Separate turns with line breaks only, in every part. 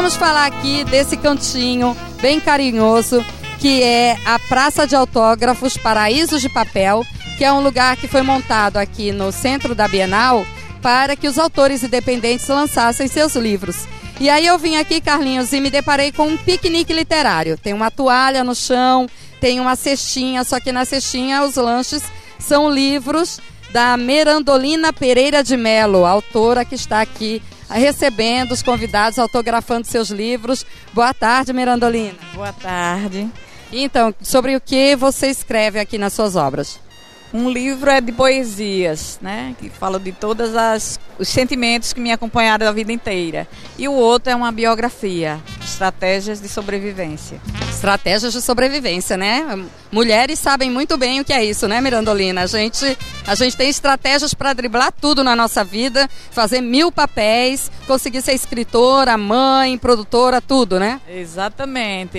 vamos falar aqui desse cantinho bem carinhoso, que é a Praça de Autógrafos Paraísos de Papel, que é um lugar que foi montado aqui no centro da Bienal para que os autores independentes lançassem seus livros. E aí eu vim aqui, Carlinhos, e me deparei com um piquenique literário. Tem uma toalha no chão, tem uma cestinha, só que na cestinha os lanches são livros da Merandolina Pereira de Melo, a autora que está aqui recebendo os convidados, autografando seus livros. Boa tarde, Merandolina.
Boa tarde.
Então, sobre o que você escreve aqui nas suas obras?
Um livro é de poesias, né? Que fala de todos os sentimentos que me acompanharam a vida inteira. E o outro é uma biografia, estratégias de sobrevivência.
Estratégias de sobrevivência, né? Mulheres sabem muito bem o que é isso, né, Merandolina? A gente tem estratégias para driblar tudo na nossa vida, fazer 1000 papéis, conseguir ser escritora, mãe, produtora, tudo, né?
Exatamente.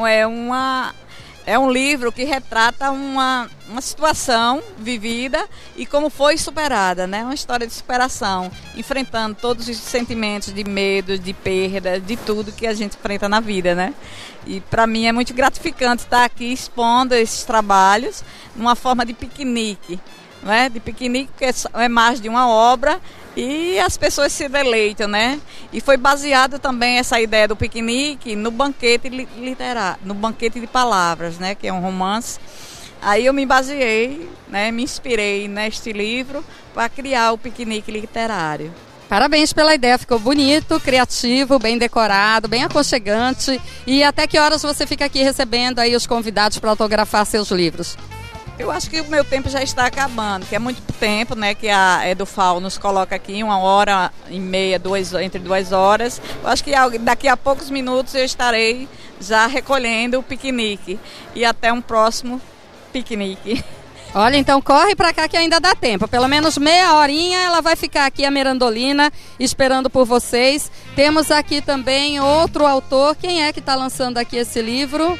É um livro que retrata uma situação vivida e como foi superada, né? Uma história de superação, enfrentando todos os sentimentos de medo, de perda, de tudo que a gente enfrenta na vida, né? E para mim é muito gratificante estar aqui expondo esses trabalhos numa forma de piquenique, né? De piquenique, que é mais de uma obra, e as pessoas se deleitam, né? E foi baseado também essa ideia do piquenique no banquete literário, no banquete de palavras, né? Que é um romance. Aí eu me baseei, né? Me inspirei neste livro para criar o piquenique literário.
Parabéns pela ideia, ficou bonito, criativo, bem decorado, bem aconchegante. E até que horas você fica aqui recebendo aí os convidados para autografar seus livros?
Eu acho que o meu tempo já está acabando, que é muito tempo, né, que a EduFal nos coloca aqui, 1h30, entre 2 horas. Eu acho que daqui a poucos minutos eu estarei já recolhendo o piquenique. E até um próximo piquenique.
Olha, então corre para cá que ainda dá tempo. Pelo menos meia horinha ela vai ficar aqui, a Merandolina, esperando por vocês. Temos aqui também outro autor. Quem é que está lançando aqui esse livro?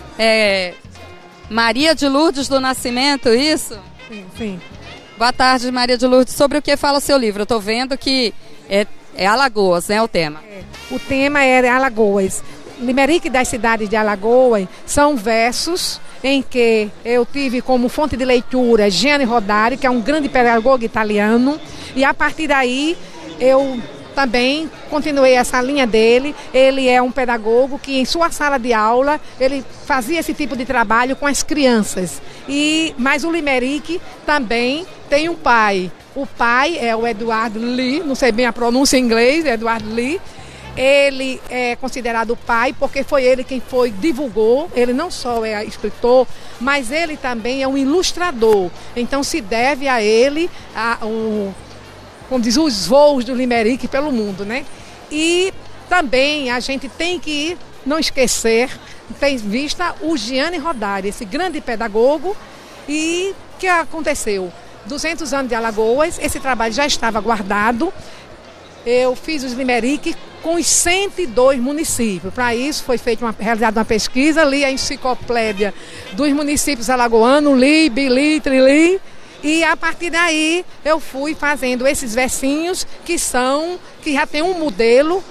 Maria de Lourdes do Nascimento, isso?
Sim.
Boa tarde, Maria de Lourdes. Sobre o que fala o seu livro? Eu estou vendo que é Alagoas, né, o tema?
O tema é Alagoas. Limerick das cidades de Alagoas são versos em que eu tive como fonte de leitura Gianni Rodari, que é um grande pedagogo italiano, e a partir daí eu também continuei essa linha dele. Ele é um pedagogo que em sua sala de aula ele fazia esse tipo de trabalho com as crianças. Mas o Limerick também tem um pai. O pai é o Edward Lee, não sei bem a pronúncia em inglês, Edward Lee. Ele é considerado pai porque foi ele quem divulgou. Ele não só é escritor, mas ele também é um ilustrador. Então se deve a ele como diz, os voos do Limerick pelo mundo, né? E também a gente tem que não esquecer, tem vista o Gianni Rodari, esse grande pedagogo. E o que aconteceu? 200 anos de Alagoas, esse trabalho já estava guardado. Eu fiz os Limerick com os 102 municípios. Para isso foi realizada uma pesquisa, li a enciclopédia dos municípios alagoanos, li, bili, trili. E a partir daí eu fui fazendo esses versinhos que já tem um modelo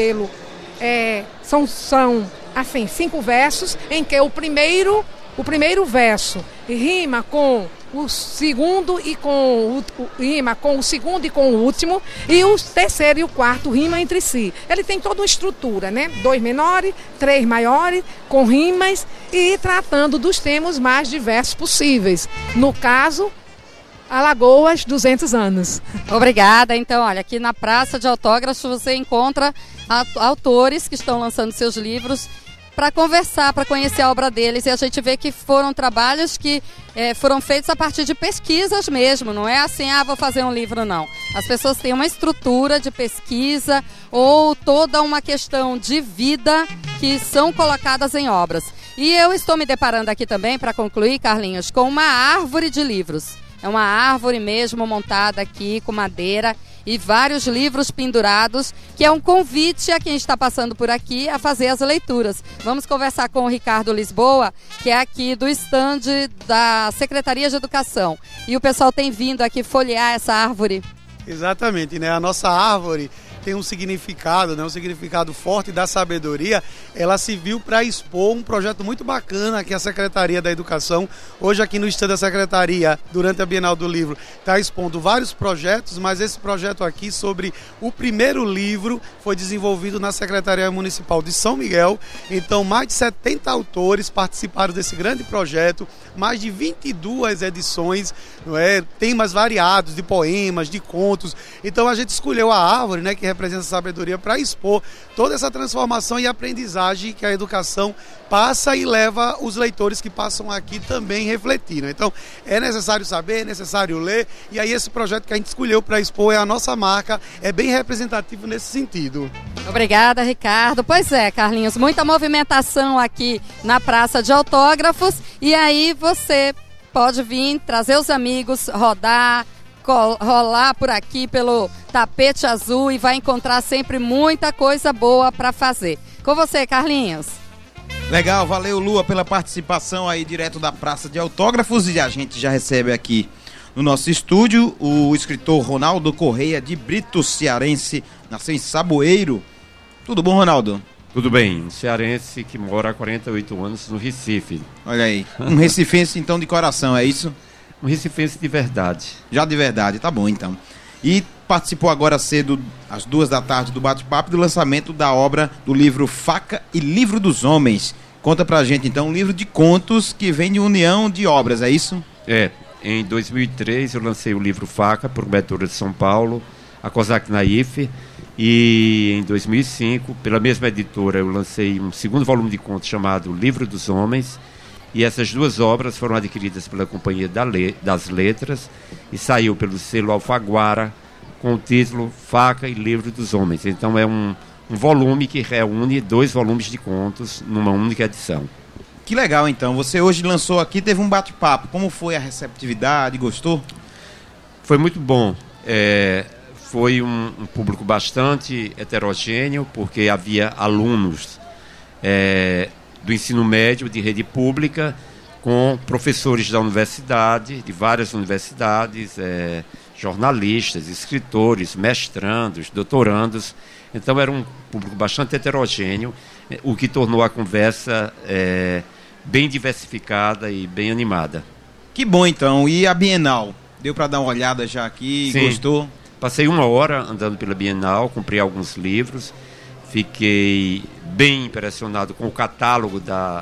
são assim 5 versos em que o primeiro verso rima com o segundo rima com o segundo e com o último, e o terceiro e o quarto rima entre si. Ele tem toda uma estrutura, né? 2 menores, 3 maiores, com rimas e tratando dos temas mais diversos possíveis. No caso, Alagoas, 200 anos.
Obrigada. Então, olha, aqui na Praça de Autógrafos você encontra autores que estão lançando seus livros para conversar, para conhecer a obra deles. E a gente vê que foram trabalhos que foram feitos a partir de pesquisas mesmo. Não é assim, vou fazer um livro, não. As pessoas têm uma estrutura de pesquisa ou toda uma questão de vida que são colocadas em obras. E eu estou me deparando aqui também, para concluir, Carlinhos, com uma árvore de livros. É uma árvore mesmo montada aqui com madeira e vários livros pendurados, que é um convite a quem está passando por aqui a fazer as leituras. Vamos conversar com o Ricardo Lisboa, que é aqui do estande da Secretaria de Educação. E o pessoal tem vindo aqui folhear essa árvore.
Exatamente, né? A nossa árvore tem um significado, né, um significado forte da sabedoria, ela se viu para expor um projeto muito bacana que a Secretaria da Educação, hoje aqui no estande da Secretaria, durante a Bienal do Livro, está expondo vários projetos, mas esse projeto aqui sobre o primeiro livro foi desenvolvido na Secretaria Municipal de São Miguel. Então, mais de 70 autores participaram desse grande projeto, mais de 22 edições, não é? Temas variados de poemas, de contos. Então, a gente escolheu a árvore, né, que representa a sabedoria, para expor toda essa transformação e aprendizagem que a educação passa e leva os leitores que passam aqui também refletindo. Então, é necessário saber, é necessário ler, e aí esse projeto que a gente escolheu para expor é a nossa marca, é bem representativo nesse sentido.
Obrigada, Ricardo. Pois é, Carlinhos, muita movimentação aqui na Praça de Autógrafos, e aí você pode vir, trazer os amigos, rodar, rolar por aqui pelo tapete azul e vai encontrar sempre muita coisa boa para fazer. Com você, Carlinhos.
Legal, valeu, Lua, pela participação aí direto da Praça de Autógrafos, e a gente já recebe aqui no nosso estúdio o escritor Ronaldo Correia de Brito, cearense, nasceu em Saboeiro. Tudo bom, Ronaldo?
Tudo bem, um cearense que mora há 48 anos no Recife.
Olha aí, um recifense então de coração, é isso?
Um recifense de verdade.
Já de verdade, tá bom então. E participou agora cedo, às 14h, do bate-papo do lançamento da obra do livro Faca e Livro dos Homens. Conta pra gente então, um livro de contos que vem de união de obras, é isso?
É, em 2003 eu lancei o livro Faca, por uma editora de São Paulo, a Kozak Naif, e em 2005, pela mesma editora, eu lancei um segundo volume de contos chamado Livro dos Homens, e essas duas obras foram adquiridas pela Companhia das Letras e saiu pelo selo Alfaguara com o título Faca e Livro dos Homens. Então é um volume que reúne 2 volumes de contos numa única edição.
Que legal então, você hoje lançou aqui, teve um bate-papo, como foi a receptividade, gostou?
Foi muito bom, foi um público bastante heterogêneo, porque havia alunos do ensino médio, de rede pública, com professores da universidade, de várias universidades, jornalistas, escritores, mestrandos, doutorandos. Então era um público bastante heterogêneo, o que tornou a conversa bem diversificada e bem animada.
Que bom então, e a Bienal? Deu para dar uma olhada já aqui,
Sim.
Gostou?
Passei 1 hora andando pela Bienal, comprei alguns livros, fiquei bem impressionado com o catálogo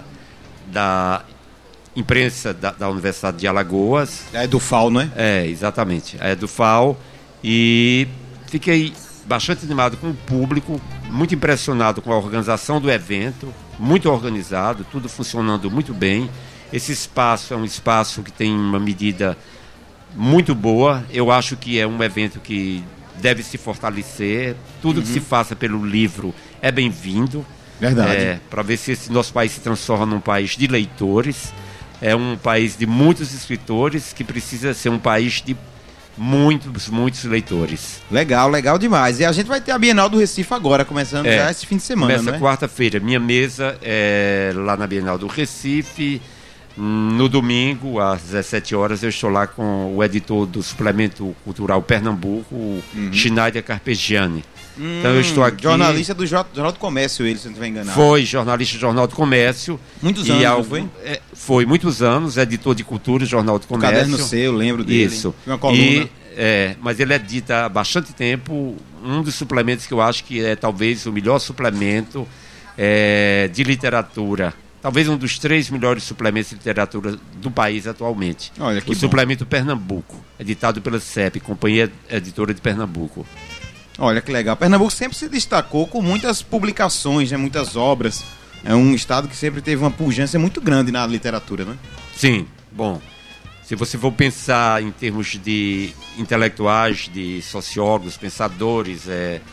da imprensa da Universidade de Alagoas.
É do FAO, não é?
É, exatamente, é do FAO, e fiquei bastante animado com o público, muito impressionado com a organização do evento, muito organizado, tudo funcionando muito bem. Esse espaço é um espaço que tem uma medida muito boa, eu acho que é um evento que deve se fortalecer, tudo que se faça pelo livro é bem-vindo.
Verdade.
Para ver se esse nosso país se transforma num país de leitores, é um país de muitos escritores que precisa ser um país de muitos leitores.
Legal, legal demais. E a gente vai ter a Bienal do Recife agora, começando já esse fim de semana,
começa quarta-feira. Minha mesa é lá na Bienal do Recife. No domingo, às 17 horas, eu estou lá com o editor do Suplemento Cultural Pernambuco, o Schneider Carpegiani. Então eu estou aqui...
Jornalista do Jornal do Comércio, ele, se não estiver enganado.
Foi jornalista do Jornal do Comércio.
Muitos anos, não foi?
Foi, muitos anos, editor de cultura do Jornal do Comércio.
Caderno Seu, lembro dele.
Isso.
Uma coluna.
Mas ele edita há bastante tempo um dos suplementos que eu acho que é talvez o melhor suplemento de literatura. Talvez um dos 3 melhores suplementos de literatura do país atualmente.
Olha, que
o
bom.
Suplemento Pernambuco, editado pela CEP, Companhia Editora de Pernambuco.
Olha que legal. Pernambuco sempre se destacou com muitas publicações, né, muitas obras. É um estado que sempre teve uma pujança muito grande na literatura, né?
Sim, bom. Se você for pensar em termos de intelectuais, de sociólogos, pensadores,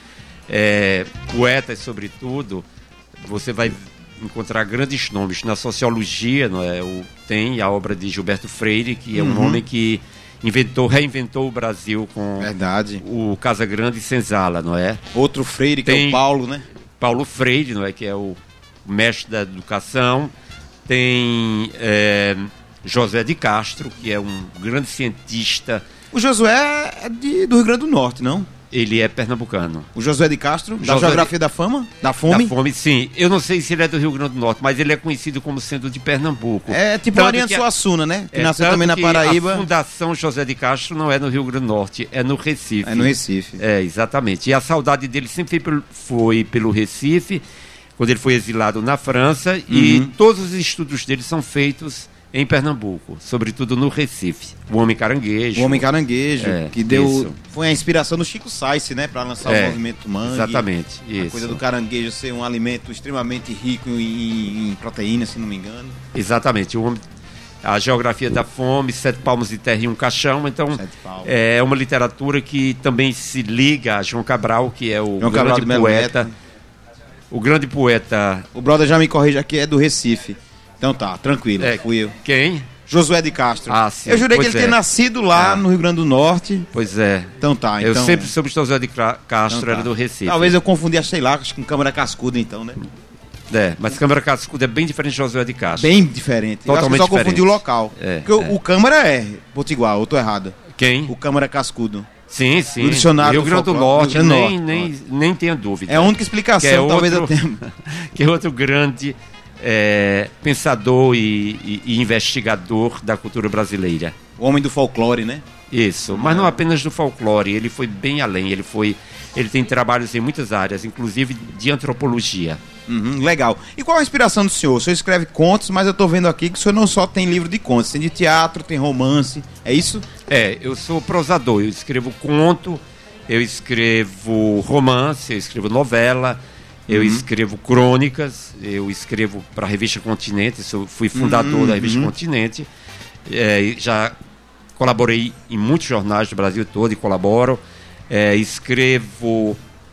poetas sobretudo, você vai encontrar grandes nomes. Na sociologia, não é? Tem a obra de Gilberto Freire, que é um homem que reinventou o Brasil com o Casagrande e Senzala, não é?
Outro Freire, que é o Paulo, né?
Paulo Freire, não é? Que é o mestre da educação. Tem José de Castro, que é um grande cientista.
O Josué é do Rio Grande do Norte, não?
ele é pernambucano.
O Josué de Castro, da Geografia da Fama? Da Fome?
Da Fome, sim. Eu não sei se ele é do Rio Grande do Norte, mas ele é conhecido como sendo de Pernambuco.
É tipo Ariano Suassuna, né? Que nasceu também na Paraíba.
A Fundação José de Castro não é no Rio Grande do Norte, é no Recife.
É no Recife.
É, exatamente. E a saudade dele sempre foi pelo Recife, quando ele foi exilado na França, e todos os estudos dele são feitos em Pernambuco, sobretudo no Recife. O Homem Caranguejo.
O Homem Caranguejo, que deu...
Isso.
Foi a inspiração do Chico Sainz, né? Para lançar o movimento Mangue.
Exatamente,
isso. A coisa do caranguejo ser um alimento extremamente rico em proteína, se não me engano.
Exatamente. A Geografia da Fome, 7 palmos de terra e um caixão. Então, é uma literatura que também se liga a João Cabral, que é o grande poeta. O grande poeta...
O brother já me corrige aqui, é do Recife. Então tá, tranquilo, fui eu.
Quem?
Josué de Castro.
Ah, sim.
Eu jurei que ele tinha nascido lá no Rio Grande do Norte.
Pois é.
Então tá,
eu sempre soube que Josué de Castro era do Recife.
Talvez eu confundi, sei lá, acho que com Câmara Cascuda então, né?
É, mas Câmara Cascuda é bem diferente de Josué de Castro.
Bem diferente.
Totalmente
eu acho que só confundi o local. Porque o Câmara é Potiguar, ou tô errado?
Quem?
O Câmara Cascudo.
Sim, sim.
No dicionário
Rio Grande do Norte, nem tenha dúvida.
É a única explicação, talvez eu tenha.
Que é outro grande... pensador e investigador da cultura brasileira.
O homem do folclore, né?
Isso, mas não apenas do folclore, ele foi bem além, ele tem trabalhos em muitas áreas, inclusive de antropologia.
Legal. E qual a inspiração do senhor? O senhor escreve contos, mas eu estou vendo aqui que o senhor não só tem livro de contos, tem de teatro, tem romance, é isso?
Eu sou prosador, eu escrevo conto, eu escrevo romance, eu escrevo novela, eu escrevo crônicas, eu escrevo para a revista Continente, eu fui fundador da revista Continente, já colaborei em muitos jornais do Brasil todo e colaboro, escrevo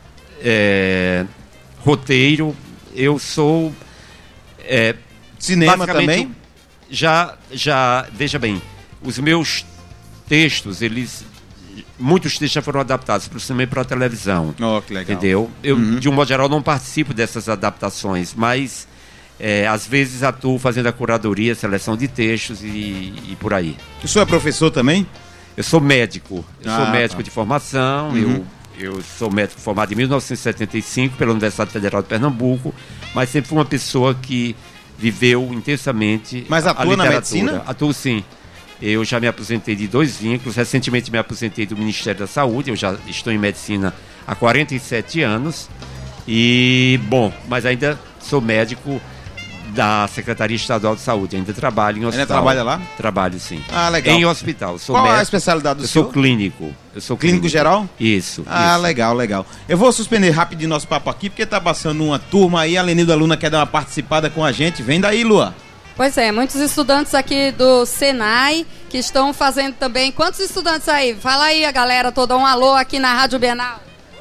roteiro, eu sou...
cinema também?
Já, veja bem, os meus textos, muitos textos já foram adaptados para o cinema e para a televisão.
Oh, que legal.
Entendeu? Eu, de um modo geral, não participo dessas adaptações, mas às vezes atuo fazendo a curadoria, seleção de textos e por aí.
O senhor é professor também?
Eu sou médico. Eu sou médico de formação. Eu sou médico formado em 1975 pela Universidade Federal de Pernambuco, mas sempre fui uma pessoa que viveu intensamente a literatura. Mas atua na medicina? Atuo, sim. Eu já me aposentei de 2 vínculos, recentemente me aposentei do Ministério da Saúde, eu já estou em medicina há 47 anos, mas ainda sou médico da Secretaria Estadual de Saúde, ainda trabalho em hospital.
Ainda trabalha lá?
Trabalho, sim.
Ah, legal.
Em hospital. Sou
Qual
médico,
é a especialidade do senhor?
Eu sou clínico.
Clínico geral?
Isso.
Ah, legal. Eu vou suspender rapidinho nosso papo aqui, porque tá passando uma turma aí, a Lenilda Luna quer dar uma participada com a gente, vem daí, Lua.
Pois é, muitos estudantes aqui do Senai que estão fazendo também. Quantos estudantes aí? Fala aí a galera toda, um alô aqui na Rádio Bienal.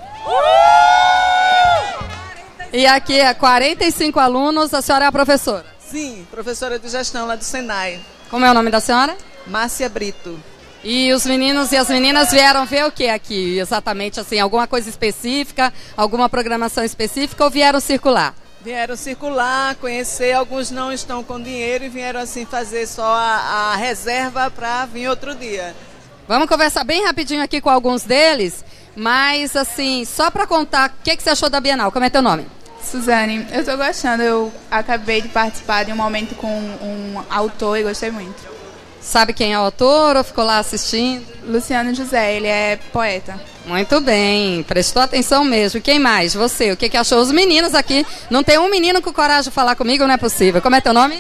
E aqui 45 alunos, a senhora é a professora?
Sim, professora de gestão lá do Senai.
Como é o nome da senhora?
Márcia Brito.
E os meninos e as meninas vieram ver o que aqui? Exatamente assim, alguma coisa específica, alguma programação específica ou vieram circular?
Vieram circular, conhecer, alguns não estão com dinheiro e vieram assim fazer só a reserva para vir outro dia.
Vamos conversar bem rapidinho aqui com alguns deles, mas assim, só para contar, o que você achou da Bienal? Como é teu nome?
Suzane, eu tô gostando, eu acabei de participar de um momento com um autor e gostei muito.
Sabe quem é o autor ou ficou lá assistindo?
Luciano José, ele é poeta.
Muito bem, prestou atenção mesmo. Quem mais? Você, o que achou? Os meninos aqui, não tem um menino com coragem de falar comigo, não é possível. Como é teu nome?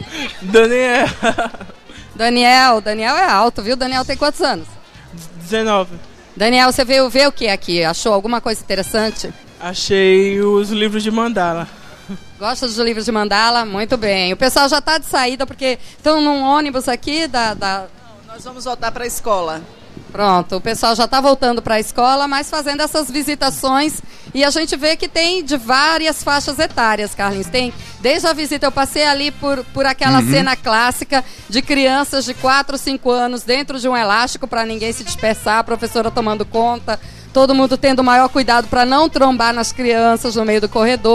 Daniel.
Daniel é alto, viu? Daniel tem quantos anos?
19.
Daniel, você veio ver o que aqui? Achou alguma coisa interessante?
Achei os livros de mandala.
Gosta dos livros de mandala? Muito bem. O pessoal já está de saída porque estão num ônibus aqui da...
Não, nós vamos voltar para a escola.
Pronto, o pessoal já está voltando para a escola, mas fazendo essas visitações. E a gente vê que tem de várias faixas etárias, Carlinhos. Tem, desde a visita, eu passei ali por aquela cena clássica de crianças de 4, 5 anos dentro de um elástico para ninguém se dispersar, a professora tomando conta, todo mundo tendo o maior cuidado para não trombar nas crianças no meio do corredor.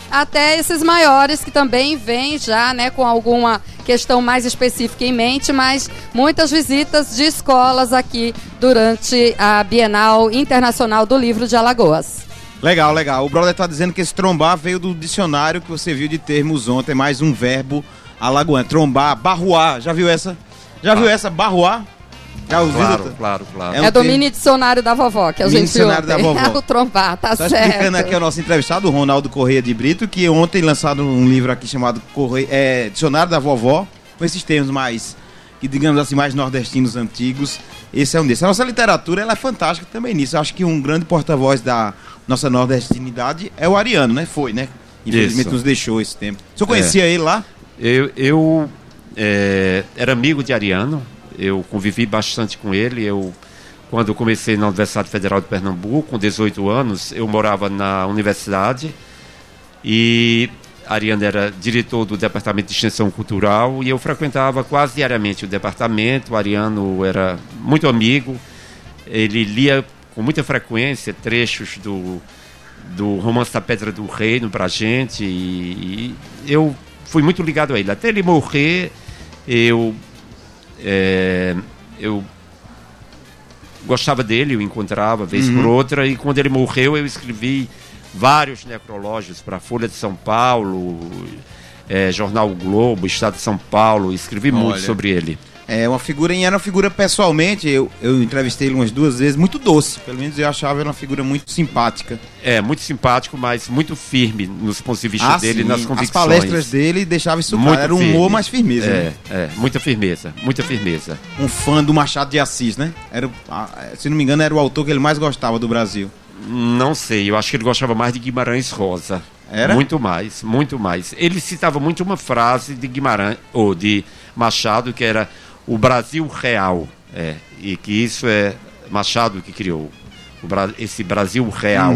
até esses maiores que também vêm já, né, com alguma questão mais específica em mente, mas muitas visitas de escolas aqui durante a Bienal Internacional do Livro de Alagoas.
Legal, legal. O brother tá dizendo que esse trombar veio do dicionário que você viu de termos ontem, mais um verbo alagoano. Trombar, barruar. Já viu essa? Viu essa? Barruar? Já ouviu?
Claro.
É do mini dicionário da vovó que a gente viu.
Dicionário da vovó.
É o trombar, tá
Só
certo.
explicando aqui ao nosso entrevistado, o Ronaldo Correia de Brito, que ontem lançado um livro aqui chamado Dicionário da Vovó, com esses termos mais, que digamos assim, mais nordestinos antigos. Esse é um desses. A nossa literatura, ela é fantástica também nisso. Eu acho que um grande porta-voz da nossa nordestinidade é o Ariano, né? Foi, né? Infelizmente nos deixou esse tempo. O senhor conhecia ele lá?
Eu era amigo de Ariano. Eu convivi bastante com ele. Quando eu comecei na Universidade Federal de Pernambuco, com 18 anos, eu morava na universidade e Ariano era diretor do Departamento de Extensão Cultural e eu frequentava quase diariamente o departamento. O Ariano era muito amigo, ele lia com muita frequência trechos do Romance da Pedra do Reino pra gente e eu fui muito ligado a ele. Até ele morrer, eu gostava dele, eu encontrava vez por outra, e quando ele morreu eu escrevi vários necrológios para a Folha de São Paulo, Jornal o Globo, Estado de São Paulo, escrevi muito sobre ele.
É uma figura, e era uma figura pessoalmente, eu entrevistei ele umas 2 vezes, muito doce, pelo menos eu achava ele uma figura muito simpática.
Muito simpático, mas muito firme nos pontos de vista dele,
sim.
nas convicções.
As palestras dele deixavam isso claro, era um humor mais firmeza.
Muita firmeza, muita firmeza.
Um fã do Machado de Assis, né? Se não me engano, era o autor que ele mais gostava do Brasil.
Não sei, eu acho que ele gostava mais de Guimarães Rosa.
Era?
Muito mais, muito mais. Ele citava muito uma frase de Guimarães, ou de Machado, que era o Brasil real. E que isso é Machado que criou. Esse Brasil real.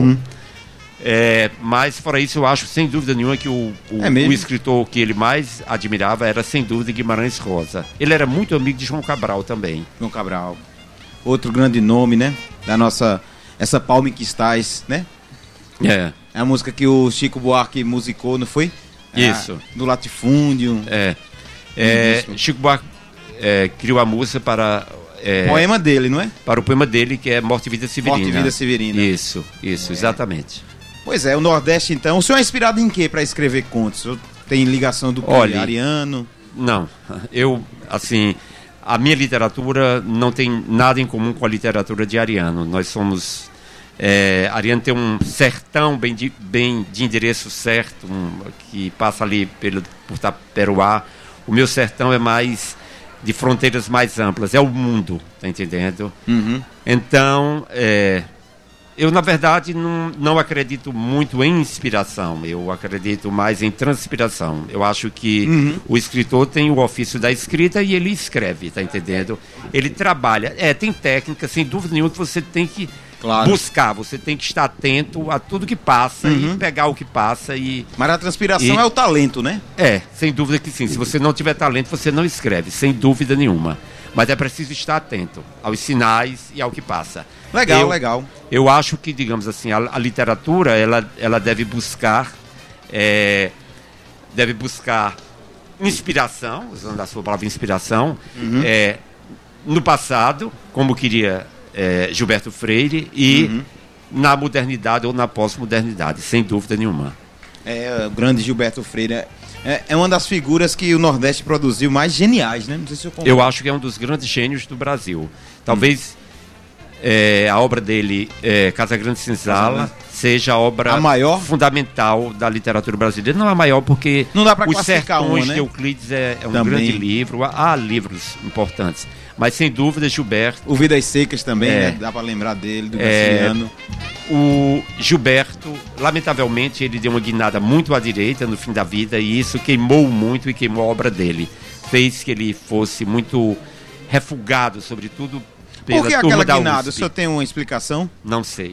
Mas fora isso, eu acho sem dúvida nenhuma que o escritor que ele mais admirava era sem dúvida Guimarães Rosa. Ele era muito amigo de João Cabral também.
João Cabral. Outro grande nome, né? Da nossa... Essa Palma em que estás, né? É a música que o Chico Buarque musicou, não foi?
Isso.
Do Latifúndio.
Chico Buarque criou a música para...
poema dele, não é?
Para o poema dele, que é Morte e Vida Severina.
Morte e Vida Severina.
Isso, exatamente.
Pois é, o Nordeste, então. O senhor é inspirado em quê para escrever contos? O senhor tem ligação do Ariano?
Não, assim... A minha literatura não tem nada em comum com a literatura de Ariano. Nós somos... Ariano tem um sertão bem de endereço certo, que passa ali por Taperoá. O meu sertão é mais de fronteiras mais amplas. É o mundo, tá entendendo? Então, eu, na verdade, não acredito muito em inspiração. Eu acredito mais em transpiração. Eu acho que o escritor tem o ofício da escrita e ele escreve, tá entendendo? Ele trabalha. Tem técnica, sem dúvida nenhuma, que você tem que buscar. Você tem que estar atento a tudo que passa e pegar o que passa.
Mas a transpiração é o talento, né?
Sem dúvida que sim. Se você não tiver talento, você não escreve, sem dúvida nenhuma. Mas é preciso estar atento aos sinais e ao que passa.
Legal.
Eu acho que, digamos assim, a literatura, ela deve buscar inspiração, usando a sua palavra inspiração, no passado, como queria Gilberto Freire, e na modernidade ou na pós-modernidade, sem dúvida nenhuma.
O grande Gilberto Freire é uma das figuras que o Nordeste produziu mais geniais, né? Não sei se
eu acho que é um dos grandes gênios do Brasil. Talvez a obra dele, Casagrande Senzala, seja a obra fundamental da literatura brasileira. Não é a maior porque
não dá pra
Os Sertões
né?
de Euclides é um grande livro. Há livros importantes. Mas sem dúvida, Gilberto...
O Vidas Secas também, né? Dá para lembrar dele, do Graciliano.
O Gilberto, lamentavelmente, ele deu uma guinada muito à direita no fim da vida e isso queimou muito e queimou a obra dele. Fez que ele fosse muito refugado, sobretudo pela
Por que
turma
aquela
da
guinada?
USP.
O senhor tem uma explicação?
Não sei.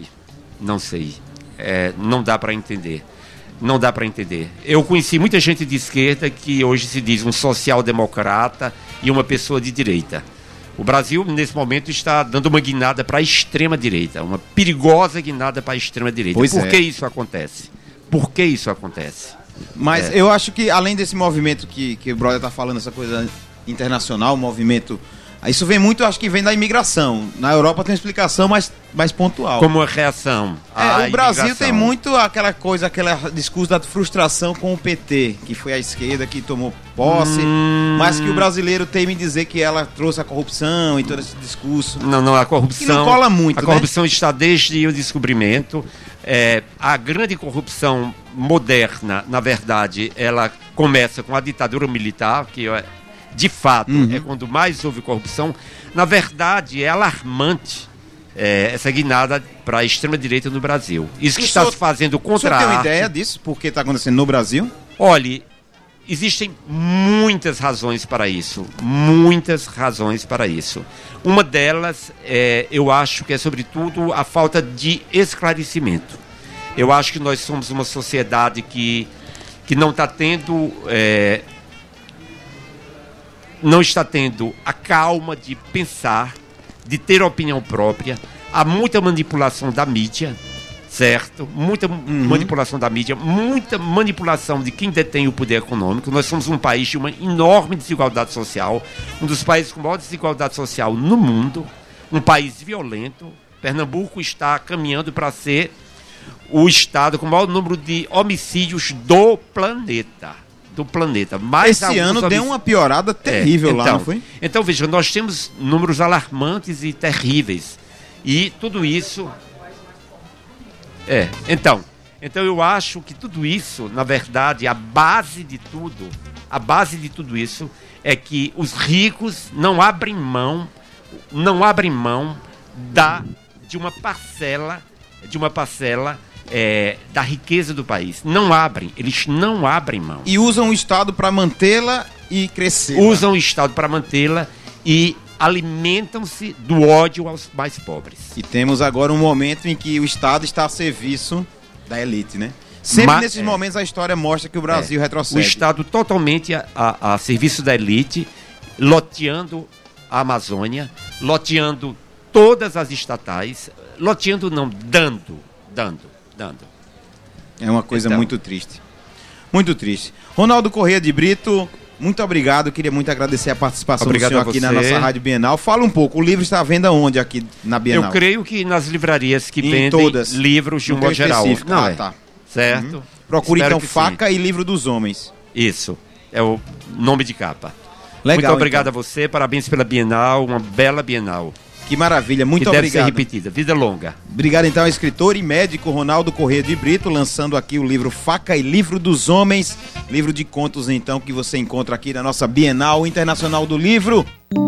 Não dá para entender. Não dá para entender. Eu conheci muita gente de esquerda que hoje se diz um social-democrata e uma pessoa de direita. O Brasil, nesse momento, está dando uma guinada para a extrema-direita, uma perigosa guinada para a extrema-direita. Por que isso acontece? por que isso acontece.
Mas eu acho que além desse movimento que o brother tá falando, essa coisa internacional, movimento... Isso vem muito, acho que vem da imigração. Na Europa tem uma explicação mais pontual.
Como uma reação à
o Brasil
imigração.
tem muito aquela coisa, aquele discurso da frustração com o PT, que foi a esquerda que tomou posse, mas que o brasileiro teme dizer que ela trouxe a corrupção e todo esse discurso.
Não, a corrupção...
Que não cola muito,
A corrupção está desde o descobrimento. A grande corrupção moderna, na verdade, ela começa com a ditadura militar, que de fato é quando mais houve corrupção. Na verdade, é alarmante essa guinada para a extrema-direita no Brasil. Isso que está se fazendo contra a arte.
O senhor tem uma ideia disso? Por que está acontecendo no Brasil?
Olhe, existem muitas razões para isso. Muitas razões para isso. Uma delas, eu acho que é sobretudo a falta de esclarecimento. Eu acho que nós somos uma sociedade que não está tendo... não está tendo a calma de pensar, de ter opinião própria. Há muita manipulação da mídia, certo? Muita manipulação da mídia, muita manipulação de quem detém o poder econômico. Nós somos um país de uma enorme desigualdade social, um dos países com maior desigualdade social no mundo, um país violento. Pernambuco está caminhando para ser o estado com o maior número de homicídios do planeta. Mas
esse ano deu uma piorada terrível lá, não foi?
Então, veja, nós temos números alarmantes e terríveis. E tudo isso... Então eu acho que tudo isso, na verdade, a base de tudo isso é que os ricos não abrem mão de uma parcela da riqueza do país. Eles não abrem mão.
E usam o Estado para mantê-la e crescer.
Usam o Estado para mantê-la e alimentam-se do ódio aos mais pobres.
E temos agora um momento em que o Estado está a serviço da elite, né? Sempre nesses momentos a história mostra que o Brasil retrocede.
O Estado totalmente a serviço da elite, loteando a Amazônia, loteando todas as estatais, loteando não, dando.
É uma coisa muito triste. Muito triste. Ronaldo Correia de Brito, muito obrigado. Queria muito agradecer a participação do senhor aqui na nossa Rádio Bienal. Fala um pouco, o livro está à venda onde aqui na Bienal?
Eu creio que nas livrarias que vendem todas, livros de um modo geral.
Não, tá.
Certo?
Procure então Faca e Livro dos Homens.
Isso, é o nome de capa.
Legal,
muito obrigado a você, parabéns pela Bienal, uma bela Bienal.
Que maravilha, muito obrigado.
Deve ser repetida, vida longa.
Obrigado então ao escritor e médico Ronaldo Correia de Brito, lançando aqui o livro Faca e Livro dos Homens, livro de contos então que você encontra aqui na nossa Bienal Internacional do Livro.